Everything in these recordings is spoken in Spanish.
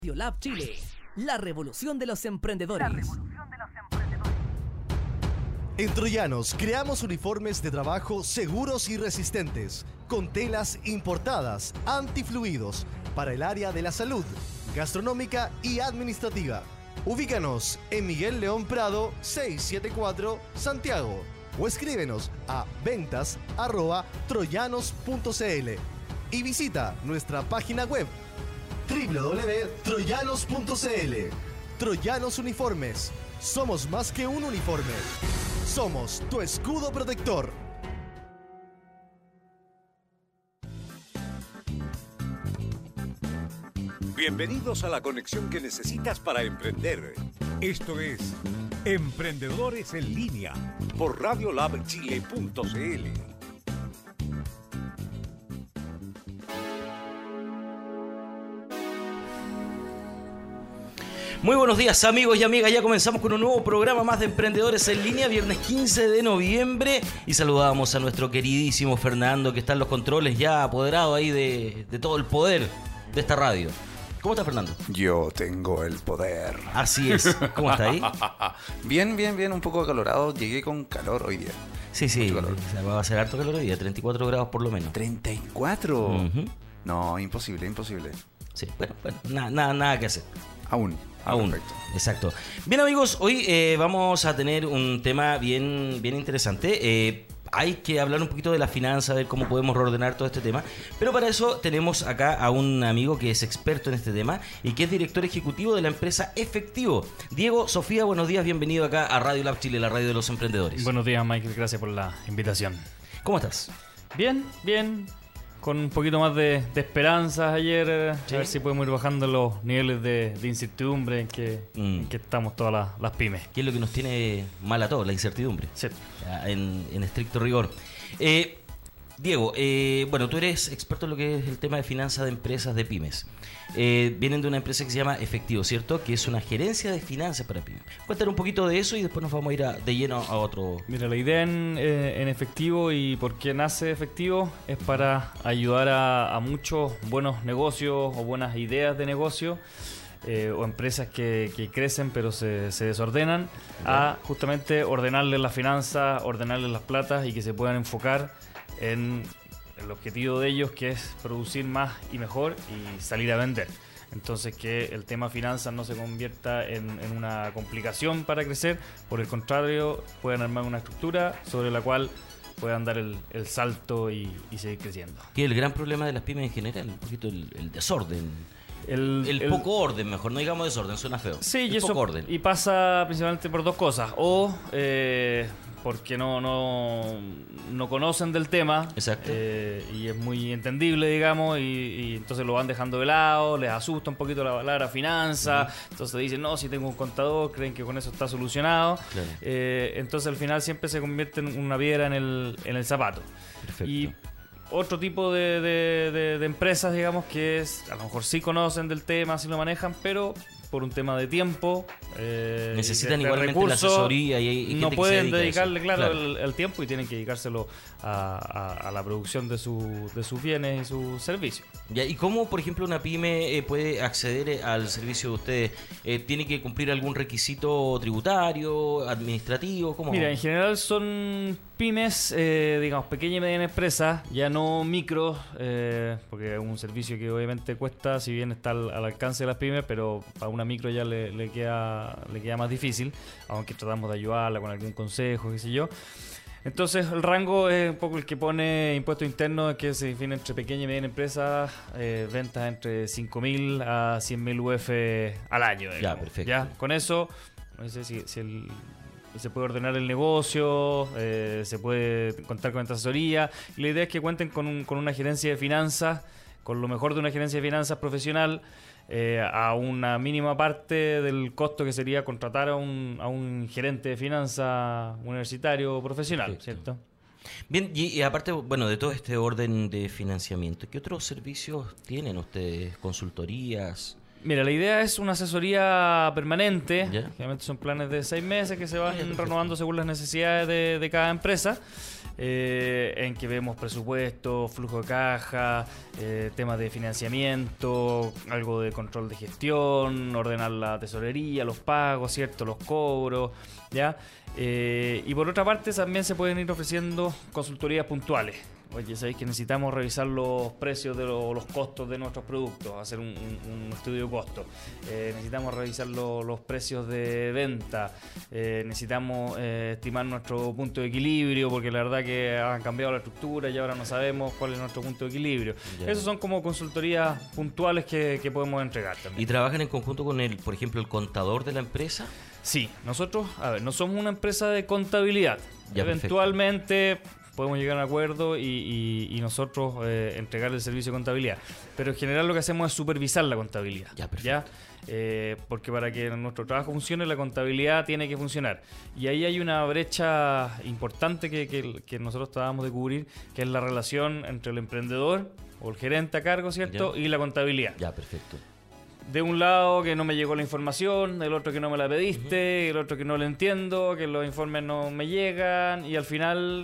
Radiolab Chile, la revolución de los emprendedores. En Troyanos creamos uniformes de trabajo seguros y resistentes, con telas importadas, antifluidos, para el área de la salud, gastronómica y administrativa. Ubícanos en Miguel León Prado 674 Santiago o escríbenos a ventas@troyanos.cl y visita nuestra página web www.troyanos.cl. Troyanos Uniformes. Somos más que un uniforme. Somos tu escudo protector. Bienvenidos a la conexión que necesitas para emprender. Esto es Emprendedores en Línea por radiolabchile.cl. Muy buenos días, amigos y amigas. Ya comenzamos con un nuevo programa más de Emprendedores en Línea, viernes 15 de noviembre. Y saludamos a nuestro queridísimo Fernando, que está en los controles, ya apoderado ahí de todo el poder de esta radio. ¿Cómo está, Fernando? Yo tengo el poder. Así es. ¿Cómo está ahí? Bien, un poco acalorado. Llegué con calor hoy día. Sí, va a ser harto calor hoy día, 34 grados por lo menos. ¿34? No, imposible. Sí, bueno, nada que hacer. Aún. Perfecto. Exacto. Bien, amigos, hoy vamos a tener un tema bien interesante. Hay que hablar un poquito de la finanza, de cómo podemos reordenar todo este tema. Pero para eso tenemos acá a un amigo que es experto en este tema y que es director ejecutivo de la empresa Efectivo. Diego, Sofía, buenos días, bienvenido acá a Radio Lab Chile, la radio de los emprendedores. Buenos días, Michael, gracias por la invitación. ¿Cómo estás? Bien. Con un poquito más de esperanzas ayer, ¿sí? A ver si podemos ir bajando los niveles de incertidumbre en que estamos todas las pymes. ¿Qué es lo que nos tiene mal a todos? La incertidumbre. Sí. En estricto rigor. Diego, bueno, tú eres experto en lo que es el tema de finanzas de empresas, de pymes. Vienen de una empresa que se llama Efectivo, ¿cierto? Que es una gerencia de finanzas para pymes. Cuéntanos un poquito de eso y después nos vamos a ir de lleno a otro. Mira, la idea en Efectivo y por qué nace Efectivo es para ayudar a muchos buenos negocios o buenas ideas de negocio o empresas que crecen pero se desordenan, a justamente ordenarles las finanzas, ordenarles las platas y que se puedan enfocar en el objetivo de ellos, que es producir más y mejor y salir a vender. Entonces, que el tema finanzas no se convierta en una complicación para crecer, por el contrario, puedan armar una estructura sobre la cual puedan dar el salto y seguir creciendo. Que el gran problema de las pymes en general, un poquito el desorden. El poco orden, mejor, no digamos desorden, suena feo. Sí, y eso orden. Y pasa principalmente por dos cosas. O porque no conocen del tema. Exacto. Y es muy entendible, digamos, y entonces lo van dejando de lado, les asusta un poquito la palabra finanza, entonces dicen, no, si tengo un contador, creen que con eso está solucionado. Claro. Entonces al final siempre se convierte en una piedra en el zapato. Perfecto. Y otro tipo de empresas, digamos, que es, a lo mejor sí conocen del tema, sí lo manejan, pero por un tema de tiempo necesitan de igualmente recursos, la asesoría y hay no gente pueden que se dedica dedicarle, a eso. claro. El tiempo y tienen que dedicárselo a la producción de sus bienes y sus servicios. Ya, ¿y cómo, por ejemplo, una pyme puede acceder al servicio de ustedes? ¿Tiene que cumplir algún requisito tributario, administrativo? ¿Cómo? Mira, en general son pymes, digamos, pequeña y mediana empresa, ya no micros, porque es un servicio que obviamente cuesta, si bien está al alcance de las pymes, pero para una micro ya le queda más difícil, aunque tratamos de ayudarla con algún consejo, qué sé yo. Entonces el rango es un poco el que pone impuesto interno, que se define entre pequeña y mediana empresa, ventas entre 5.000 a 100.000 UF al año. Digamos. Ya, perfecto. Ya, con eso, no sé si se puede ordenar el negocio, se puede contar con esta asesoría. Y la idea es que cuenten con una gerencia de finanzas, con lo mejor de una gerencia de finanzas profesional, a una mínima parte del costo que sería contratar a un gerente de finanzas universitario profesional. Perfecto. ¿Cierto? Bien, y aparte, bueno, de todo este orden de financiamiento, ¿qué otros servicios tienen ustedes? ¿Consultorías? Mira, la idea es una asesoría permanente. Ya. Generalmente son planes de 6 meses que se van renovando según las necesidades de cada empresa. En que vemos presupuesto, flujo de caja, temas de financiamiento, algo de control de gestión, ordenar la tesorería, los pagos, ¿cierto? Los cobros, ¿ya? Y por otra parte también se pueden ir ofreciendo consultorías puntuales. Oye, sabéis que necesitamos revisar los precios de los costos de nuestros productos, hacer un estudio de costo. Necesitamos revisar los precios de venta. Necesitamos estimar nuestro punto de equilibrio, porque la verdad que han cambiado la estructura y ahora no sabemos cuál es nuestro punto de equilibrio. Ya. Esos son como consultorías puntuales que podemos entregar también. ¿Y trabajan en conjunto con por ejemplo, el contador de la empresa? Sí, nosotros, no somos una empresa de contabilidad. Ya, Eventualmente podemos llegar a un acuerdo y nosotros entregar el servicio de contabilidad. Pero en general lo que hacemos es supervisar la contabilidad. Ya, perfecto. Porque para que nuestro trabajo funcione, la contabilidad tiene que funcionar. Y ahí hay una brecha importante que nosotros tratamos de cubrir, que es la relación entre el emprendedor o el gerente a cargo, ¿cierto? Ya. Y la contabilidad. Ya, perfecto. De un lado que no me llegó la información, del otro que no me la pediste, el otro que no la entiendo, que los informes no me llegan y al final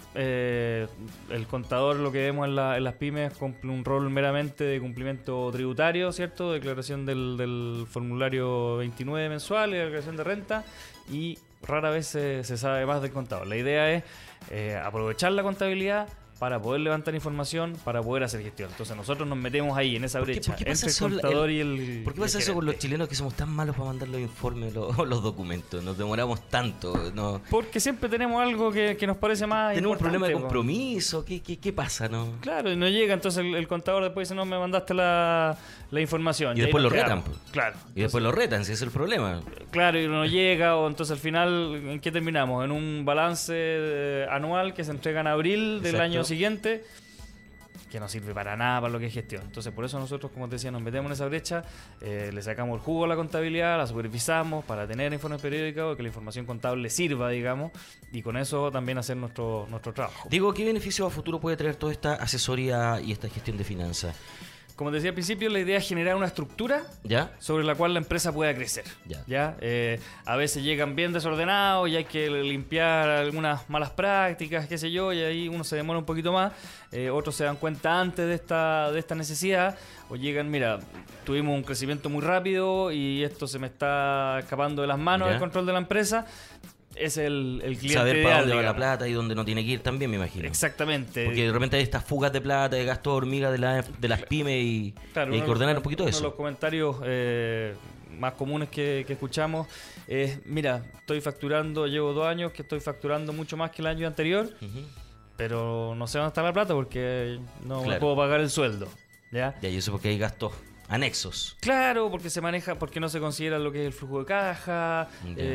el contador, lo que vemos en las pymes, cumple un rol meramente de cumplimiento tributario, ¿cierto? Declaración del formulario 29 mensual y declaración de renta, y rara vez se sabe más del contador. La idea es aprovechar la contabilidad para poder levantar información, para poder hacer gestión. Entonces nosotros nos metemos ahí, en esa brecha, ¿Por qué pasa entre el eso contador y el ¿Por qué pasa y el eso con los gerente? chilenos, que somos tan malos para mandar los informes o los documentos? Nos demoramos tanto. No. Porque siempre tenemos algo que nos parece más Tenemos un problema de importante, po. compromiso. ¿Qué pasa? No? Claro, y no llega, entonces el contador después dice, no, me mandaste la información. Y después ahí lo nos retan, quedamos. pues. Claro. Y después lo retan, si ese es el problema. Claro, y no llega, o entonces al final, ¿en qué terminamos? En un balance anual que se entrega en abril del Exacto. año siguiente, que no sirve para nada para lo que es gestión. Entonces por eso nosotros, como te decía, nos metemos en esa brecha, le sacamos el jugo a la contabilidad, la supervisamos para tener informes periódicos, que la información contable sirva, digamos, y con eso también hacer nuestro trabajo. Digo, ¿qué beneficio a futuro puede traer toda esta asesoría y esta gestión de finanzas? Como te decía al principio, la idea es generar una estructura ¿Ya? sobre la cual la empresa pueda crecer. Ya. A veces llegan bien desordenados y hay que limpiar algunas malas prácticas, qué sé yo, y ahí uno se demora un poquito más. Otros se dan cuenta antes de esta necesidad, o llegan, mira, tuvimos un crecimiento muy rápido y esto se me está escapando de las manos, Ya. el control de la empresa. Es el cliente Saber para ideal, dónde va la digamos. plata y dónde no tiene que ir también, me imagino. Exactamente. Porque de repente hay estas fugas de plata, de gasto de hormiga de las pymes y Claro, hay que ordenar un poquito uno eso. de los comentarios más comunes que escuchamos es, mira, llevo 2 años que estoy facturando mucho más que el año anterior, Ujú. pero no sé dónde está la plata porque no me Claro. puedo pagar el sueldo. ¿Ya? Ya, y eso porque hay gastos anexos. Claro, porque porque no se considera lo que es el flujo de caja,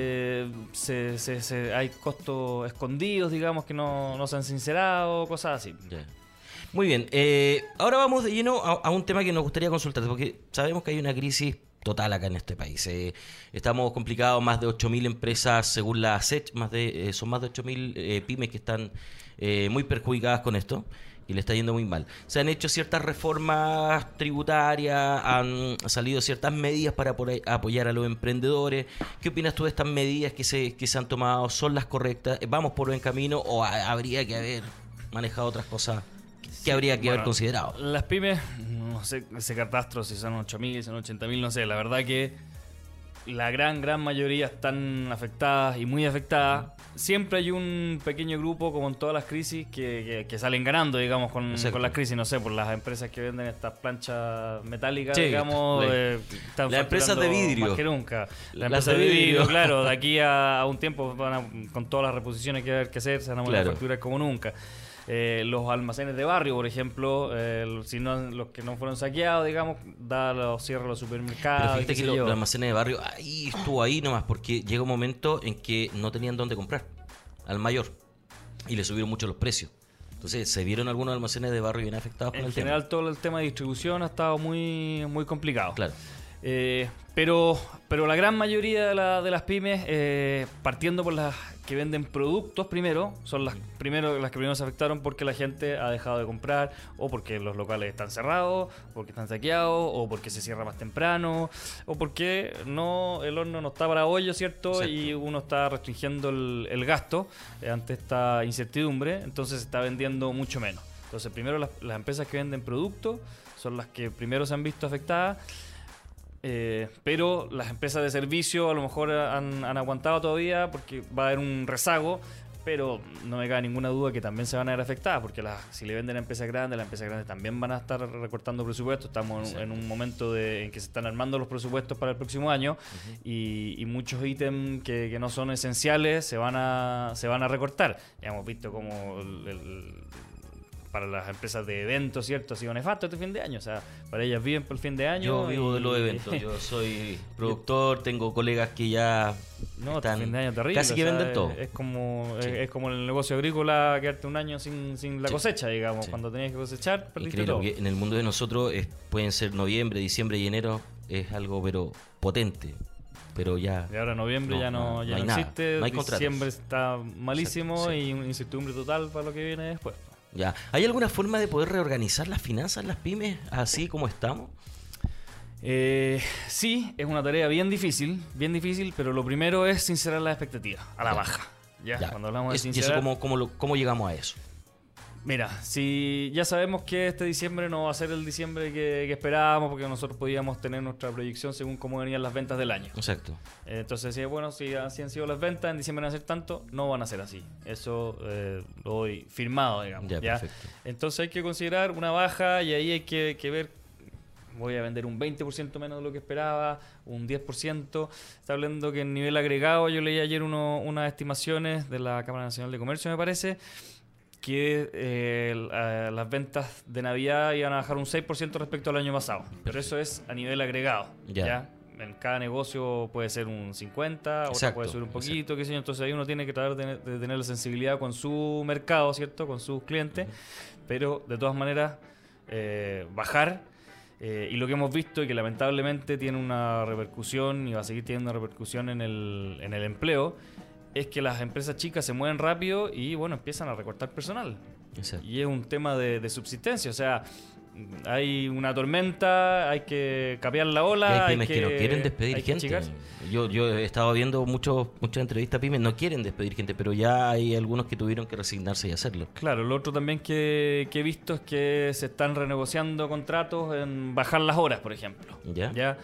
Ya. hay costos escondidos, digamos, que no se han sincerado, cosas así. Ya. Muy bien, ahora vamos de lleno a un tema que nos gustaría consultarte, porque sabemos que hay una crisis total acá en este país. Estamos complicados, más de 8.000 empresas según la ACECH, son más de 8.000 pymes que están muy perjudicadas con esto y le está yendo muy mal. Se han hecho ciertas reformas tributarias, han salido ciertas medidas para apoyar a los emprendedores. ¿Qué opinas tú de estas medidas que se han tomado? ¿Son las correctas? ¿Vamos por buen camino o habría que haber manejado otras cosas que habría que haber considerado? Las pymes, no sé, ese catastro, si son 8.000, son 80.000, no sé. La verdad que la gran mayoría están afectadas y muy afectadas. Siempre hay un pequeño grupo, como en todas las crisis, que salen ganando, digamos, con las crisis. No sé, por las empresas que venden estas planchas metálicas, Sí, digamos, están las empresas facturando de vidrio. más que nunca. Las Las empresas de de vidrio, vidrio. claro, de aquí a un tiempo, con todas las reposiciones que hay que hacer, se van a poner Claro. facturas como nunca. Los almacenes de barrio, por ejemplo, si no, los que no fueron saqueados, digamos, los cierres los supermercados. Pero fíjate qué que sé yo. los almacenes de barrio, ahí estuvo ahí nomás, porque llega un momento en que no tenían dónde comprar al mayor y le subieron mucho los precios. Entonces se vieron algunos almacenes de barrio bien afectados con En el general, tema. todo el tema de distribución ha estado muy complicado. Claro. Pero la gran mayoría de las pymes, partiendo por las que venden productos primero, son las que primero se afectaron porque la gente ha dejado de comprar, o porque los locales están cerrados, porque están saqueados, o porque se cierra más temprano, o porque el horno no está para hoyo, ¿cierto? Exacto. Y uno está restringiendo el gasto ante esta incertidumbre, entonces se está vendiendo mucho menos. Entonces primero las empresas que venden productos son las que primero se han visto afectadas. Pero las empresas de servicio a lo mejor han aguantado todavía porque va a haber un rezago, pero no me cabe ninguna duda que también se van a ver afectadas porque si le venden a empresas grandes, las empresas grandes también van a estar recortando presupuestos. Estamos en un momento en que se están armando los presupuestos para el próximo año y muchos ítems que no son esenciales se van a recortar. Ya hemos visto como para las empresas de eventos, ¿cierto? Ha sido nefasto este fin de año. O sea, para ellas viven por el fin de año. Yo vivo de los eventos. Yo soy productor, tengo colegas que ya están este fin de año terrible. casi que venden todo. Es como Sí. es como el negocio agrícola, quedarte un año sin la cosecha, digamos. Sí. Cuando tenías que cosechar, Y perdiste créelo todo. que en el mundo de nosotros pueden ser noviembre, diciembre y enero. Es algo pero potente. Pero ya... Y ahora noviembre ya no hay nada, existe. no hay contratos. Diciembre está malísimo. Exacto, sí. Y una incertidumbre total para lo que viene después. Ya. ¿Hay alguna forma de poder reorganizar las finanzas en las pymes así como estamos? Sí, es una tarea bien difícil, pero lo primero es sincerar las expectativas, a la baja. Ya, cuando hablamos de ¿Y eso sincerar... cómo llegamos a eso? Mira, si ya sabemos que este diciembre no va a ser el diciembre que esperábamos, porque nosotros podíamos tener nuestra proyección según cómo venían las ventas del año. Exacto. Entonces, si así han sido las ventas, en diciembre van a ser tanto, no van a ser así. Eso lo doy firmado, digamos. Ya, ¿ya? perfecto. Entonces hay que considerar una baja y ahí hay que ver, voy a vender un 20% menos de lo que esperaba, un 10%. Está hablando que en nivel agregado, yo leí ayer unas estimaciones de la Cámara Nacional de Comercio, me parece, que las ventas de Navidad iban a bajar un 6% respecto al año pasado. Pero eso es a nivel agregado. ¿ya? En cada negocio puede ser un 50, otro Exacto, puede ser un poquito, qué sé yo. Entonces ahí uno tiene que tratar de tener la sensibilidad con su mercado, ¿cierto? Con sus clientes. Pero de todas maneras, bajar. Y lo que hemos visto y que lamentablemente tiene una repercusión y va a seguir teniendo una repercusión en el empleo, es que las empresas chicas se mueven rápido y bueno, empiezan a recortar personal. Exacto. Y es un tema de subsistencia, o sea, hay una tormenta, hay que capear la ola. Y hay pymes que no quieren despedir hay que gente. achicarse. Yo he estado viendo muchas entrevistas a pymes, no quieren despedir gente, pero ya hay algunos que tuvieron que resignarse y hacerlo. Claro, lo otro también que he visto es que se están renegociando contratos en bajar las horas, por ejemplo. ¿Ya?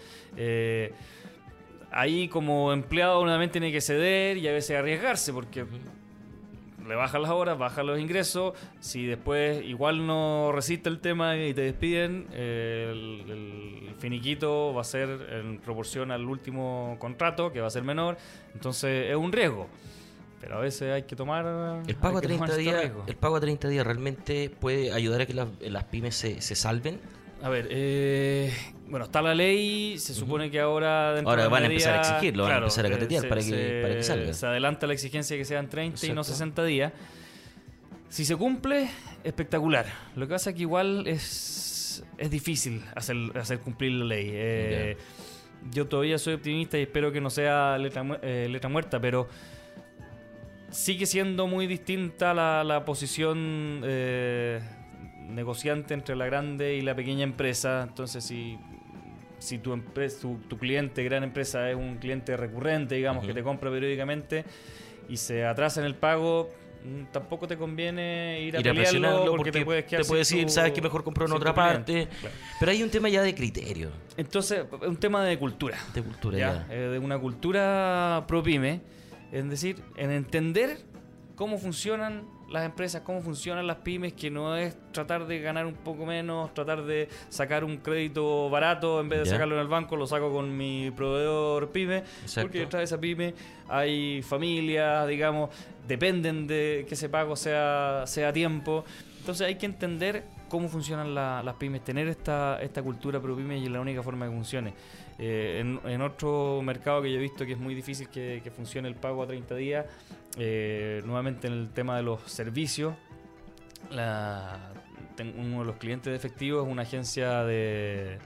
Ahí como empleado nuevamente tiene que ceder y a veces arriesgarse porque le bajan las horas, bajan los ingresos. Si después igual no resiste el tema y te despiden, el finiquito va a ser en proporción al último contrato, que va a ser menor. Entonces es un riesgo. Pero a veces hay que tomar... El pago a 30 este días, riesgo. el pago a 30 días realmente puede ayudar a que las pymes se salven. A ver, bueno, está la ley, se supone que ahora... Ahora de van a medida, empezar a exigirlo, van a empezar a catetear se- para que salga. Se adelanta la exigencia de que sean 30 y no Exacto. 60 días. Si se cumple, espectacular. Lo que pasa es que igual es difícil hacer cumplir la ley. Yo todavía soy optimista y espero que no sea letra muerta, pero sigue siendo muy distinta la posición negociante entre la grande y la pequeña empresa. Entonces, si tu empresa, tu cliente, gran empresa, es un cliente recurrente, digamos, que te compra periódicamente y se atrasa en el pago, tampoco te conviene ir a pelearlo presionarlo porque te puedes quedar te puede sin decir, tu- sabes que mejor compro en sin otra tu cliente. parte. Claro. Pero hay un tema ya de criterio, Entonces, es un tema de cultura. de cultura ¿ya? ya. De una cultura pro pyme, es decir, en entender cómo funcionan las empresas, cómo funcionan las pymes, que no es tratar de ganar un poco menos, tratar de sacar un crédito barato, en vez de Ya. sacarlo en el banco, lo saco con mi proveedor pyme, Exacto. porque detrás de esa pyme hay familias, digamos, dependen de que ese pago sea a tiempo. Entonces hay que entender cómo funcionan las pymes, tener esta cultura pro pyme y es la única forma que funcione. En otro mercado que yo he visto que es muy difícil que funcione el pago a 30 días, nuevamente en el tema de los servicios, uno de los clientes de efectivo es una agencia de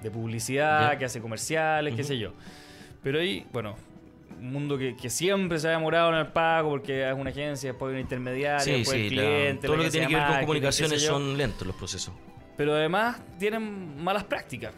publicidad, Ya. que hace comerciales, qué sé yo. Pero ahí, bueno, un mundo que siempre se ha demorado en el pago porque es una agencia, después hay un intermediario, Sí, después el sí, cliente, todo la lo que tiene agencia que ver con marketing, comunicaciones qué sé yo. son lentos los procesos. Pero además tienen malas prácticas.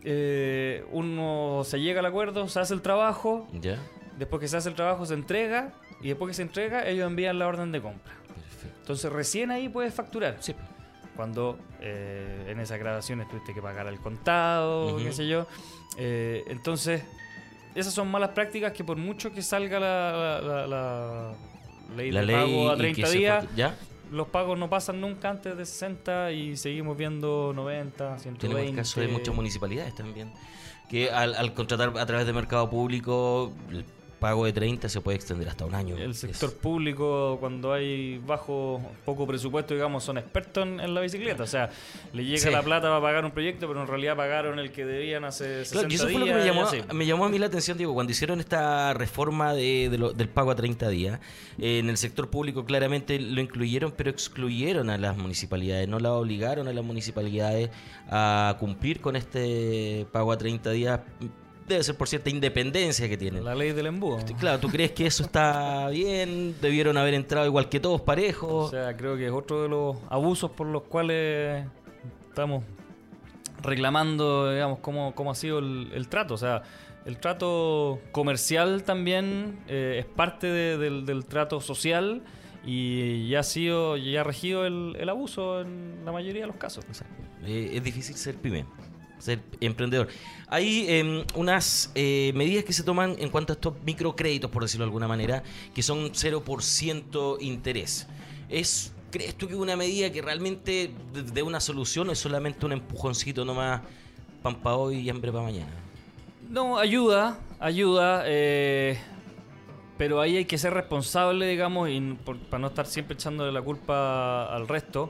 Uno se llega al acuerdo, se hace el trabajo, ¿Ya? después que se hace el trabajo se entrega y después que se entrega ellos envían la orden de compra. Perfecto. Entonces recién ahí puedes facturar. Sí. Cuando en esas grabaciones tuviste que pagar al contado, Ujú. qué sé yo. Entonces, esas son malas prácticas que por mucho que salga la ley La de ley pago a y que 30 se días, ¿Ya? los pagos no pasan nunca antes de 60 y seguimos viendo 90, 120. Tenemos el caso de muchas municipalidades también, que al contratar a través de mercado público, el pago de 30 se puede extender hasta un año. El Es- sector público, cuando hay poco presupuesto, digamos, son expertos en la bicicleta. O sea, le llega Sí. la plata para pagar un proyecto, pero en realidad pagaron el que debían hace 60 Claro, y eso días. fue lo que y así. me llamó a mí la atención, Diego, cuando hicieron esta reforma del pago a 30 días. En el sector público claramente lo incluyeron, pero excluyeron a las municipalidades, no las obligaron a las municipalidades a cumplir con este pago a 30 días. Debe ser por cierta independencia que tienen. La ley del embudo. Claro, ¿tú crees que eso está bien? ¿Debieron haber entrado igual que todos, O parejos? sea, creo que es otro de los abusos por los cuales estamos reclamando, digamos, cómo ha sido el trato. O sea, el trato comercial también es parte del trato social y ya ha regido el abuso en la mayoría de los casos. O sea, es difícil ser pyme, ser emprendedor. Hay unas medidas que se toman en cuanto a estos microcréditos, por decirlo de alguna manera, que son 0% interés. ¿Crees tú que es una medida que realmente dé una solución o es solamente un empujoncito nomás, pan para hoy y hambre para mañana? No, ayuda, pero ahí hay que ser responsable, digamos, para no estar siempre echándole la culpa al resto.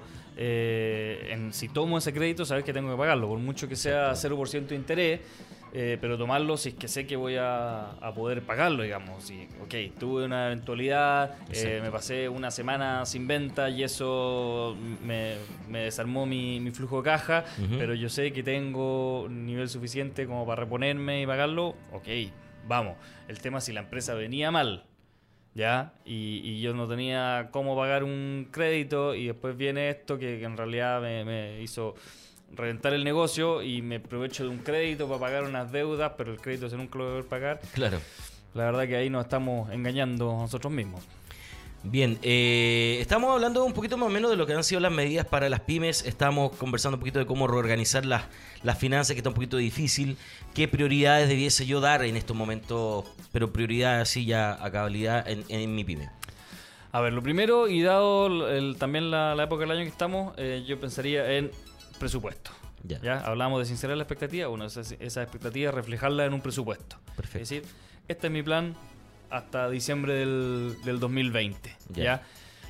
Si tomo ese crédito, saber que tengo que pagarlo, por mucho que sea 0% de interés, pero tomarlo si es que sé que voy a poder pagarlo, digamos. Si, tuve una eventualidad, me pasé una semana sin venta y eso me desarmó mi flujo de caja, Ujú. pero yo sé que tengo un nivel suficiente como para reponerme y pagarlo, vamos. El tema es si la empresa venía mal, ¿ya? Y yo no tenía cómo pagar un crédito y después viene esto que en realidad me hizo reventar el negocio y me aprovecho de un crédito para pagar unas deudas, pero el crédito se nunca lo voy a poder pagar. Claro. La verdad que ahí nos estamos engañando nosotros mismos. Bien, estamos hablando un poquito más o menos de lo que han sido las medidas para las pymes. Estamos conversando un poquito de cómo reorganizar las finanzas, que está un poquito difícil. ¿Qué prioridades debiese yo dar en estos momentos? Pero prioridades así ya a cabalidad en mi pyme. A ver, lo primero, y dado también la época del año que estamos, yo pensaría en presupuesto. Ya. Hablamos de sincerar la expectativa. Bueno, esa expectativa reflejarla en un presupuesto. Perfecto. Es decir, este es mi plan hasta diciembre del 2020. ¿ya?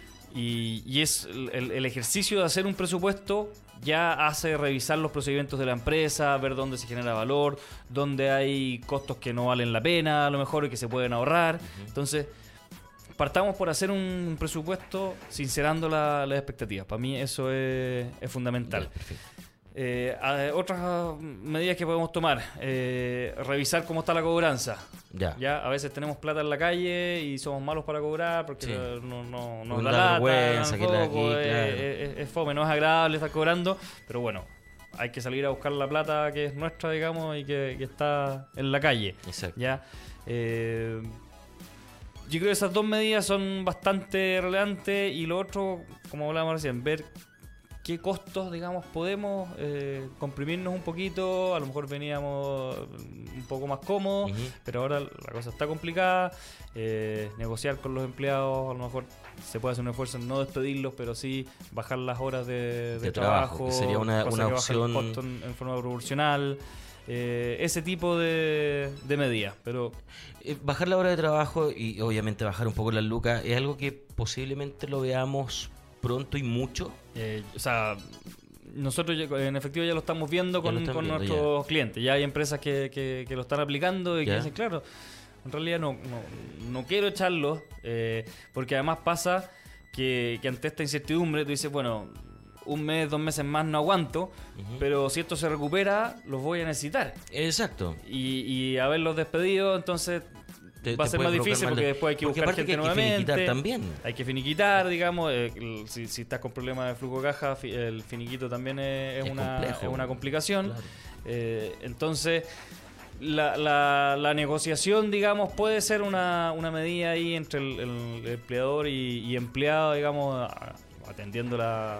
Y es el ejercicio de hacer un presupuesto ya hace revisar los procedimientos de la empresa, ver dónde se genera valor, dónde hay costos que no valen la pena a lo mejor y que se pueden ahorrar. Entonces, partamos por hacer un presupuesto sincerando las expectativas. Para mí eso es fundamental. Ya, perfecto. Otras medidas que podemos tomar, revisar cómo está la cobranza. Ya. A veces tenemos plata en la calle y somos malos para cobrar porque Sí. no Nos da da lata, vergüenza que la tampoco, aquí, claro. es fome, no es agradable estar cobrando, pero bueno, hay que salir a buscar la plata que es nuestra, digamos, y que está en la calle. Exacto. ¿Ya? Yo creo que esas dos medidas son bastante relevantes y lo otro, como hablábamos recién, ver qué costos, digamos, podemos comprimirnos un poquito. A lo mejor veníamos un poco más cómodos, Ujú. pero ahora la cosa está complicada. Negociar con los empleados, a lo mejor se puede hacer un esfuerzo en no despedirlos, pero sí bajar las horas de trabajo, que sería una cosa que baja opción. el costo en forma proporcional. Ese tipo de medidas, pero Bajar la hora de trabajo y obviamente bajar un poco las lucas es algo que posiblemente lo veamos pronto y mucho. o sea, nosotros en efectivo ya lo estamos viendo Ya con lo están viendo, nuestros clientes. Ya hay empresas que lo están aplicando y que Ya. dicen, claro, en realidad no quiero echarlo, porque además pasa que ante esta incertidumbre tú dices, bueno, un mes, 2 meses más no aguanto, pero si esto se recupera, los voy a necesitar. Exacto. Y haberlos despedido, entonces va a ser más difícil porque después hay que buscar gente nuevamente. Hay que finiquitar también. Hay que finiquitar, digamos. Si estás con problemas de flujo de caja, el finiquito también es una complicación. Claro. Entonces, la negociación, digamos, puede ser una medida ahí entre el empleador y empleado, digamos, atendiendo las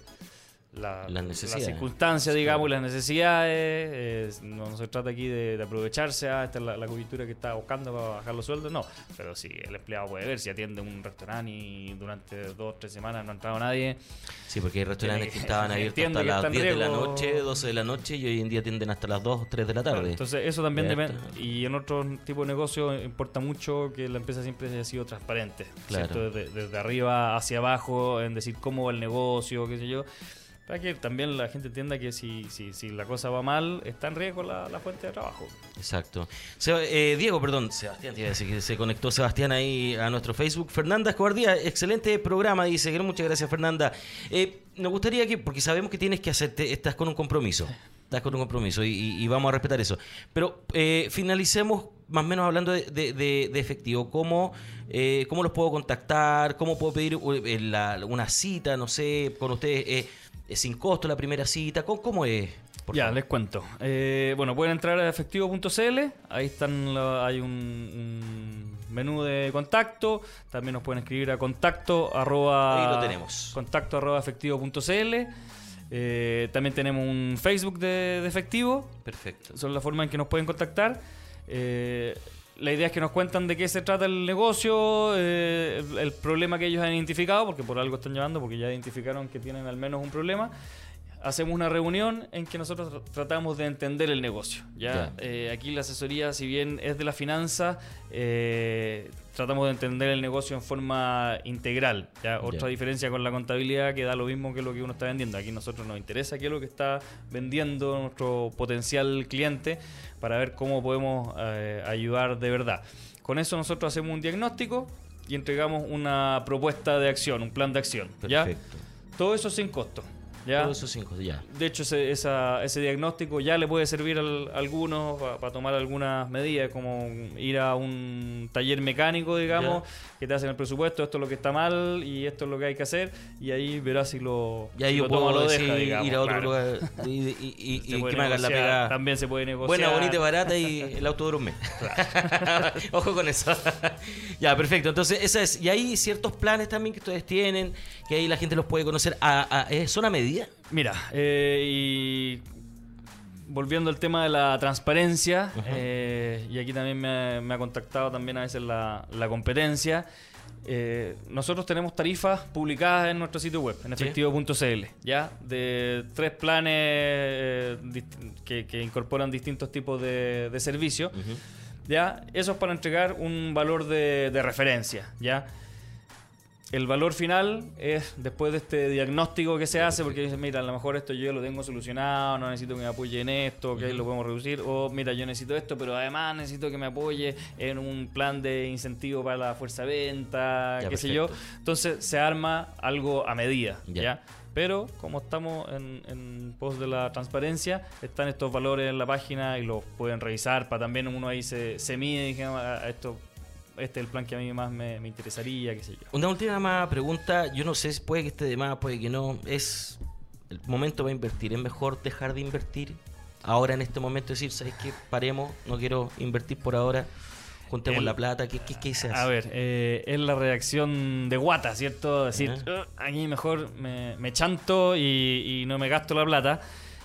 circunstancias, digamos, y las necesidades. No se trata aquí de aprovecharse, esta es la coyuntura que está buscando para bajar los sueldos, no. Pero si el empleado puede ver, si atiende un restaurante y durante 2 o 3 semanas no ha entrado nadie. Sí, porque hay restaurantes que estaban abiertos hasta las 10 de la noche, 12 de la noche, y hoy en día atienden hasta las 2 o 3 de la tarde. Entonces eso también depende. Y en otro tipo de negocio importa mucho que la empresa siempre haya sido transparente. Claro. Desde arriba hacia abajo, en decir cómo va el negocio, qué sé yo. Para que también la gente entienda que si la cosa va mal, está en riesgo la fuente de trabajo. Exacto. Sebastián, te iba a decir que se conectó Sebastián ahí a nuestro Facebook. Fernanda Escobar Díaz, excelente programa, dice. Muchas gracias, Fernanda. Nos gustaría que, porque sabemos que tienes que hacerte, estás con un compromiso. Y vamos a respetar eso. Pero finalicemos más o menos hablando de efectivo. ¿Cómo los puedo contactar? ¿Cómo puedo pedir una cita, no sé, con ustedes? ¿Es sin costo la primera cita? ¿Cómo es? Ya, les cuento. Bueno, pueden entrar a efectivo.cl. Ahí hay un menú de contacto. También nos pueden escribir a contacto Ahí lo tenemos. @efectivo.cl. También tenemos un Facebook de Efectivo. Perfecto. Son la forma en que nos pueden contactar. La idea es que nos cuentan de qué se trata el negocio, el problema que ellos han identificado, porque por algo están llevando, porque ya identificaron que tienen al menos un problema. Hacemos una reunión en que nosotros tratamos de entender el negocio. Aquí la asesoría, si bien es de la finanza, tratamos de entender el negocio en forma integral. Otra diferencia con la contabilidad, que da lo mismo que lo que uno está vendiendo. Aquí a nosotros nos interesa qué es lo que está vendiendo nuestro potencial cliente para ver cómo podemos ayudar de verdad. Con eso nosotros hacemos un diagnóstico y entregamos una propuesta de acción, un plan de acción. Perfecto. Todo eso sin costo. Todo eso sin costo, ya. De hecho, ese diagnóstico ya le puede servir a algunos para tomar algunas medidas, como ir a un taller mecánico, digamos, que te hacen el presupuesto, esto es lo que está mal y esto es lo que hay que hacer, y ahí verás si lo toma o lo deja, digamos. Ir a otro lugar y que me hagan la pega. También se puede negociar. Buena, bonita y barata, y el auto dura un mes. Ojo con eso. Ya, perfecto. Entonces, esa es. Y hay ciertos planes también que ustedes tienen, que ahí la gente los puede conocer. ¿Son a medida? Mira, y volviendo al tema de la transparencia, y aquí también me ha contactado también a veces la competencia. Nosotros tenemos tarifas publicadas en nuestro sitio web, en efectivo.cl, ¿ya? De 3 planes que incorporan distintos tipos de servicios, ¿ya? Eso es para entregar un valor de referencia, ¿ya? El valor final es después de este diagnóstico que se hace, porque dicen, mira, a lo mejor esto yo ya lo tengo solucionado, no necesito que me apoye en esto, ok, lo podemos reducir, o mira, yo necesito esto, pero además necesito que me apoye en un plan de incentivo para la fuerza de venta, qué sé yo. Entonces se arma algo a medida, ¿ya? Pero como estamos en pos de la transparencia, están estos valores en la página y los pueden revisar, para también uno ahí se mide, digamos, a esto. Este es el plan que a mí más me interesaría, qué sé yo. Una última pregunta, yo no sé si puede que esté de más, puede que no. Es el momento para invertir. ¿Es mejor dejar de invertir ahora en este momento? Decir, ¿sabes qué? Paremos, no quiero invertir por ahora, juntemos la plata. ¿Qué se hace? A ver, es la reacción de guata, ¿cierto? Decir, aquí mejor me chanto y no me gasto la plata.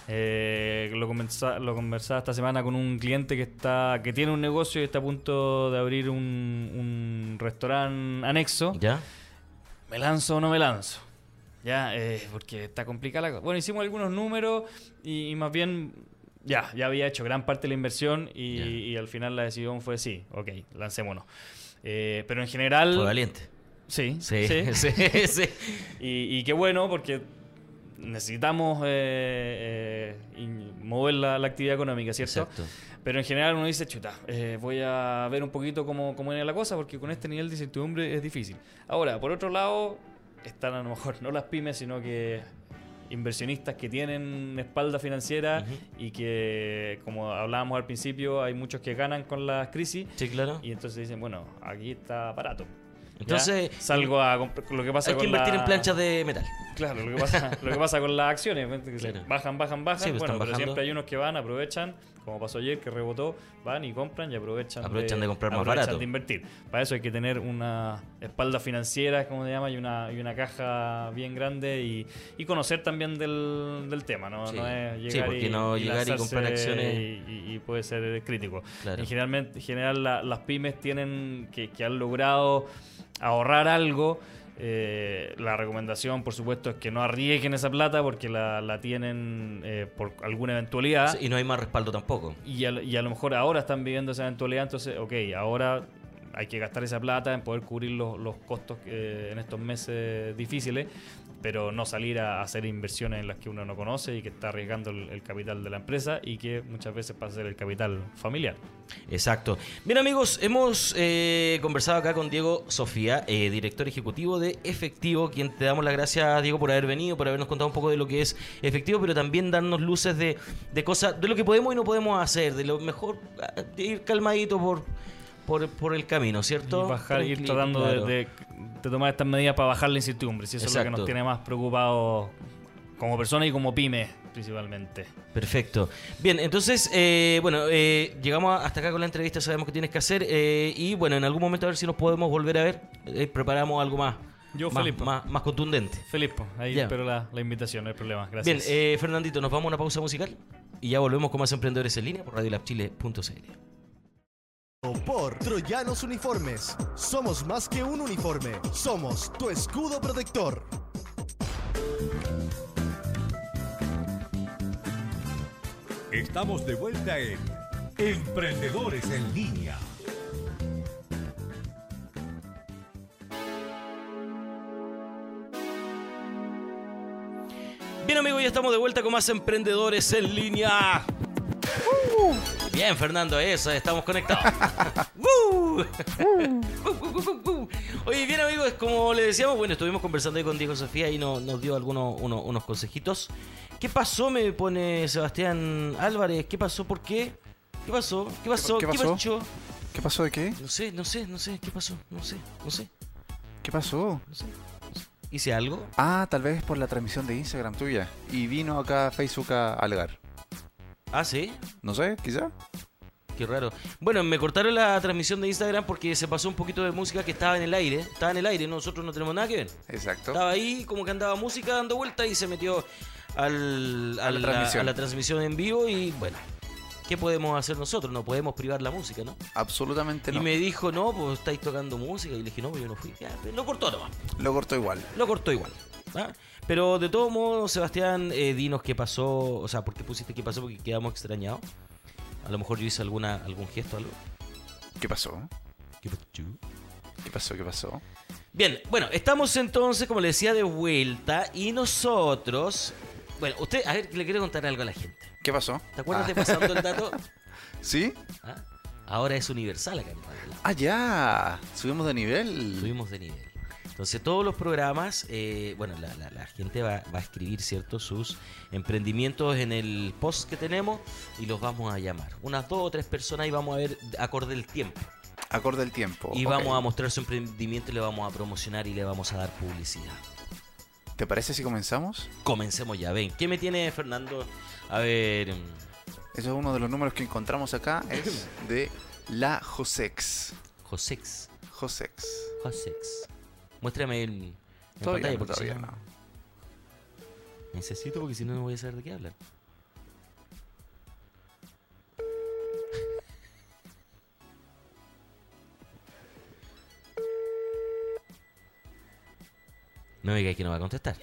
Lo conversaba esta semana con un cliente que tiene un negocio y está a punto de abrir un restaurante anexo. ¿Ya? ¿Me lanzo o no me lanzo? Ya, porque está complicada la cosa. Bueno, hicimos algunos números y más bien ya había hecho gran parte de la inversión y al final la decisión fue sí, ok, lancémonos. Pero en general... Fue valiente. Sí. Y qué bueno, porque necesitamos mover la actividad económica, ¿cierto? Exacto. Pero en general uno dice, chuta, voy a ver un poquito cómo viene la cosa, porque con este nivel de incertidumbre es difícil. Ahora, por otro lado, están a lo mejor no las pymes, sino que inversionistas que tienen espalda financiera y que, como hablábamos al principio, hay muchos que ganan con las crisis. Sí, claro. Y entonces dicen, bueno, aquí está barato. Entonces, salgo a comprar lo que pasa hay con que invertir en planchas de metal. Claro, lo que pasa con las acciones, que Claro. bajan, Sí, pues bueno, están pero bajando. siempre hay unos que van, aprovechan, como pasó ayer, que rebotó, van y compran y aprovechan de comprar más aprovechan barato. de invertir. Para eso hay que tener una espalda financiera, como se llama, y una caja bien grande y conocer también del tema, ¿no? Sí. No es Sí, llegar porque no llegar y lanzarse comprar acciones. y puede ser crítico. Claro. En general las pymes tienen que han logrado ahorrar algo. La recomendación, por supuesto, es que no arriesguen esa plata porque la tienen por alguna eventualidad. Sí, y no hay más respaldo tampoco. Y a lo mejor ahora están viviendo esa eventualidad, entonces, ahora hay que gastar esa plata en poder cubrir los costos en estos meses difíciles, pero no salir a hacer inversiones en las que uno no conoce y que está arriesgando el capital de la empresa y que muchas veces pasa a ser el capital familiar. Exacto. Bien, amigos, hemos conversado acá con Diego Sofía, director ejecutivo de Efectivo, quien te damos las gracias, Diego, por haber venido, por habernos contado un poco de lo que es Efectivo, pero también darnos luces de cosas, de lo que podemos y no podemos hacer, de lo mejor, de ir calmadito por el camino, ¿cierto? Y ir tratando claro. de tomar estas medidas para bajar la incertidumbre, si eso es lo que Exacto. nos tiene más preocupados como personas y como pymes principalmente. Perfecto. Bien, entonces, llegamos hasta acá con la entrevista, sabemos que tienes que hacer y bueno, en algún momento a ver si nos podemos volver a ver, preparamos algo más. Yo más, feliz, po. más contundente. Feliz, po. Ahí Ya. espero la invitación, no hay problema. Gracias. Bien, Fernandito, nos vamos a una pausa musical y ya volvemos con más Emprendedores en Línea por radiolabchile.cl. Por Troyanos Uniformes. Somos más que un uniforme. Somos tu escudo protector. Estamos de vuelta en Emprendedores en Línea. Bien, amigos, ya estamos de vuelta con más Emprendedores en Línea. Bien, Fernando, eso, estamos conectados. Oye, bien, amigos, como le decíamos, bueno, estuvimos conversando ahí con Diego Sofía y nos dio unos consejitos. ¿Qué pasó? Me pone Sebastián Álvarez. ¿Qué pasó? ¿Por qué? ¿Qué pasó? ¿Qué pasó? ¿Qué pasó? ¿Qué pasó de qué? No sé. ¿Qué pasó? No sé. ¿Qué pasó? ¿Hice algo? Ah, tal vez por la transmisión de Instagram tuya. Y vino acá a Facebook a alegar. Ah, ¿sí? No sé, quizá. Qué raro. Bueno, me cortaron la transmisión de Instagram porque se pasó un poquito de música que estaba en el aire. Estaba en el aire, nosotros no tenemos nada que ver. Exacto. Estaba ahí como que andaba música dando vuelta y se metió a la transmisión en vivo y bueno, ¿qué podemos hacer nosotros? No podemos privar la música, ¿no? Absolutamente no. Y me dijo, no, pues estáis tocando música. Y le dije, no, pues yo no fui. Ya, lo cortó nomás. Lo cortó igual. Lo cortó igual. ¿Ah? Pero de todos modos, Sebastián, dinos qué pasó. O sea, ¿por qué pusiste qué pasó? Porque quedamos extrañados. A lo mejor yo hice algún gesto, algo. ¿Qué pasó? ¿Qué pasó? ¿Qué pasó? Bien, bueno, estamos entonces, como le decía, de vuelta. Y nosotros... Bueno, usted, a ver, le quiero contar algo a la gente. ¿Qué pasó? ¿Te acuerdas de Pasando el Dato? ¿Sí? ¿Ah? Ahora es universal acá en Radio Lab. Ah, ya. Subimos de nivel. Subimos de nivel. Entonces todos los programas, la gente va a escribir, ¿cierto?, sus emprendimientos en el post que tenemos y los vamos a llamar. Unas 2 o 3 personas y vamos a ver acorde el tiempo. Acorde el tiempo. Y ok. vamos a mostrar su emprendimiento y le vamos a promocionar y le vamos a dar publicidad. ¿Te parece si comenzamos? Comencemos ya, ven. ¿Qué me tiene Fernando? A ver... Eso es uno de los números que encontramos acá. Es de la Josex. Josex. Josex. Muéstrame en Todavía pantalla no, porque todavía si no... no. Necesito porque si no, no voy a saber de qué hablar. No me diga que no va a contestar.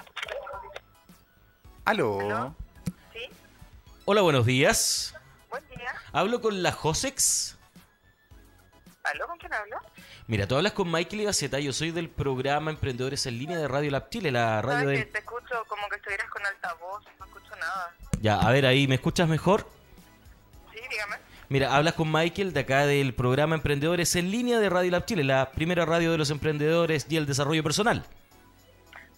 ¿Aló? ¿Aló? ¿Sí? Hola, buenos días. Buen día. Hablo con la Josex. ¿Aló? ¿Con quién hablo? Mira, tú hablas con Michael Ibaceta. Yo soy del programa Emprendedores en Línea de Radio Lab Chile, la radio Sabes de... que te escucho como que estuvieras con altavoz, no escucho nada. Ya, a ver, ahí, ¿me escuchas mejor? Sí, dígame. Mira, hablas con Michael de acá del programa Emprendedores en Línea de Radio Lab Chile, la primera radio de los emprendedores y el desarrollo personal. Ah,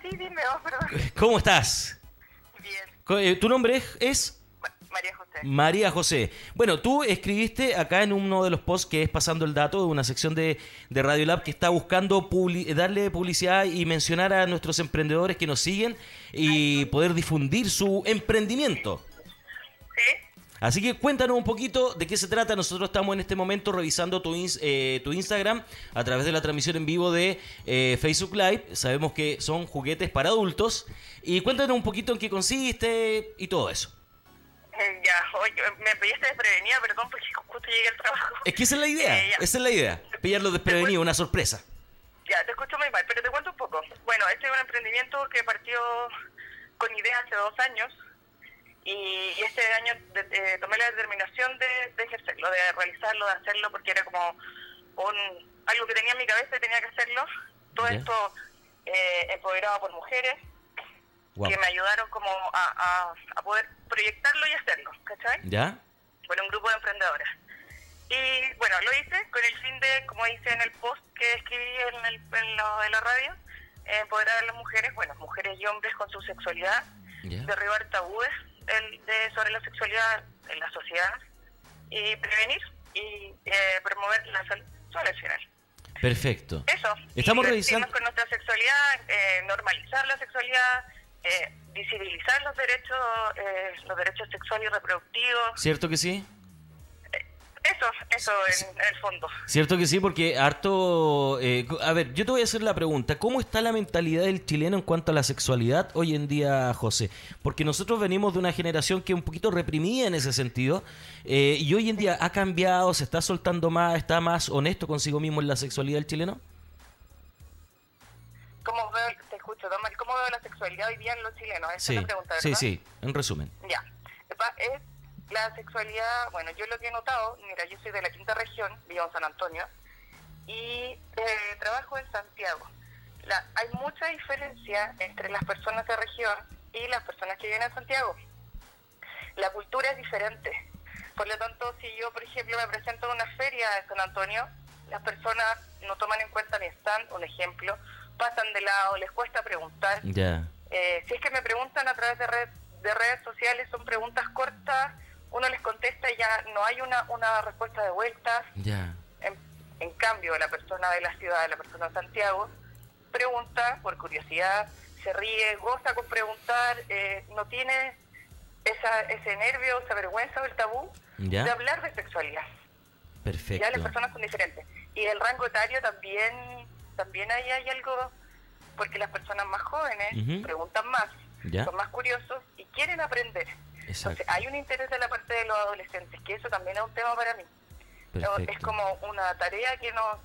sí, dime, perdón. ¿Cómo estás? Bien, ¿Tu nombre es? María José. María José. Bueno, tú escribiste acá en uno de los posts que es Pasando el Dato, de una sección de Radio Lab que está buscando darle publicidad y mencionar a nuestros emprendedores que nos siguen y poder difundir su emprendimiento. ¿Sí? Así que cuéntanos un poquito de qué se trata. Nosotros estamos en este momento revisando tu Instagram a través de la transmisión en vivo de Facebook Live. Sabemos que son juguetes para adultos. Y cuéntanos un poquito en qué consiste y todo eso. Ya, oye, me pillaste desprevenida, perdón, porque justo llegué al trabajo. Es que esa es la idea, Ya. esa es la idea. Pillarlo desprevenido, una sorpresa. Ya, te escucho muy mal, pero te cuento un poco. Bueno, este es un emprendimiento que partió con idea hace 2 años y este año tomé la determinación de ejercerlo, de realizarlo, de hacerlo, porque era como algo que tenía en mi cabeza y tenía que hacerlo. Todo Ya. esto empoderado por mujeres Wow. que me ayudaron como a poder proyectarlo y hacerlo, ¿cachai? ¿Ya? Bueno, un grupo de emprendedoras. Y bueno, lo hice con el fin de, como dice en el post que escribí en lo de la radio, empoderar a las mujeres, bueno, mujeres y hombres con su sexualidad, ¿Ya? derribar tabúes sobre la sexualidad en la sociedad y prevenir y promover la salud sexual al final. Perfecto. Eso. Estamos y revisando. divertirnos con nuestra sexualidad, normalizar la sexualidad, visibilizar los derechos sexuales y reproductivos. ¿Cierto que sí? Eso en el fondo. Cierto que sí, porque harto... a ver, yo te voy a hacer la pregunta. ¿Cómo está la mentalidad del chileno en cuanto a la sexualidad hoy en día, José? Porque nosotros venimos de una generación que es un poquito reprimida en ese sentido. Y hoy en día ha cambiado, se está soltando más, está más honesto consigo mismo en la sexualidad del chileno. Te escucho, Don Mal, ¿cómo veo la sexualidad hoy día en los chilenos? Esa Sí, es la pregunta, ¿verdad? sí, sí, en resumen. Ya. Es la sexualidad, bueno, yo lo que he notado, mira, yo soy de la 5ª región, vivo en San Antonio, y trabajo en Santiago. Hay mucha diferencia entre las personas de región y las personas que viven en Santiago. La cultura es diferente. Por lo tanto, si yo, por ejemplo, me presento en una feria en San Antonio, las personas no toman en cuenta mi stand, un ejemplo, pasan de lado, les cuesta preguntar. Ya. Si es que me preguntan a través de redes sociales, son preguntas cortas, uno les contesta y ya no hay una respuesta de vuelta. Ya. En cambio, la persona de la ciudad, la persona de Santiago, pregunta por curiosidad, se ríe, goza con preguntar, no tiene ese nervio, esa vergüenza o el tabú Ya. de hablar de sexualidad. Perfecto. Ya las personas son diferentes. Y el rango etario también ahí hay algo, porque las personas más jóvenes Ujú. preguntan más, Ya. son más curiosos y quieren aprender. Exacto. Entonces hay un interés de la parte de los adolescentes, que eso también es un tema para mí. Perfecto. Es como una tarea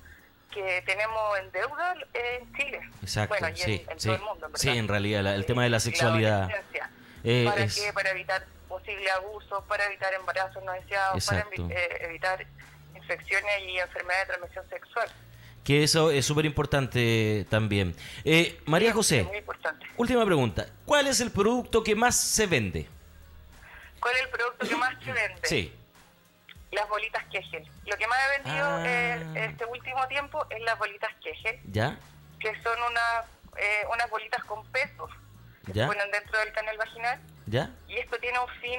que tenemos en deuda en Chile. Exacto, Bueno, y sí, en sí. todo el mundo, en Sí, verdad. en realidad, el tema de la sexualidad. adolescencia. ¿Para es- qué? Para evitar posibles abusos, para evitar embarazos no deseados, para Exacto. evitar infecciones y enfermedades de transmisión sexual. Que eso es súper importante también. María Es José, muy importante. última pregunta. ¿Cuál es el producto que más se vende? ¿Cuál es el producto que más se vende? Sí. Las bolitas Kegel. Lo que más he vendido Ah. este último tiempo es las bolitas Kegel, ¿Ya? que son unas bolitas con pesos que ¿Ya? se ponen dentro del canal vaginal. ¿Ya? Y esto tiene un fin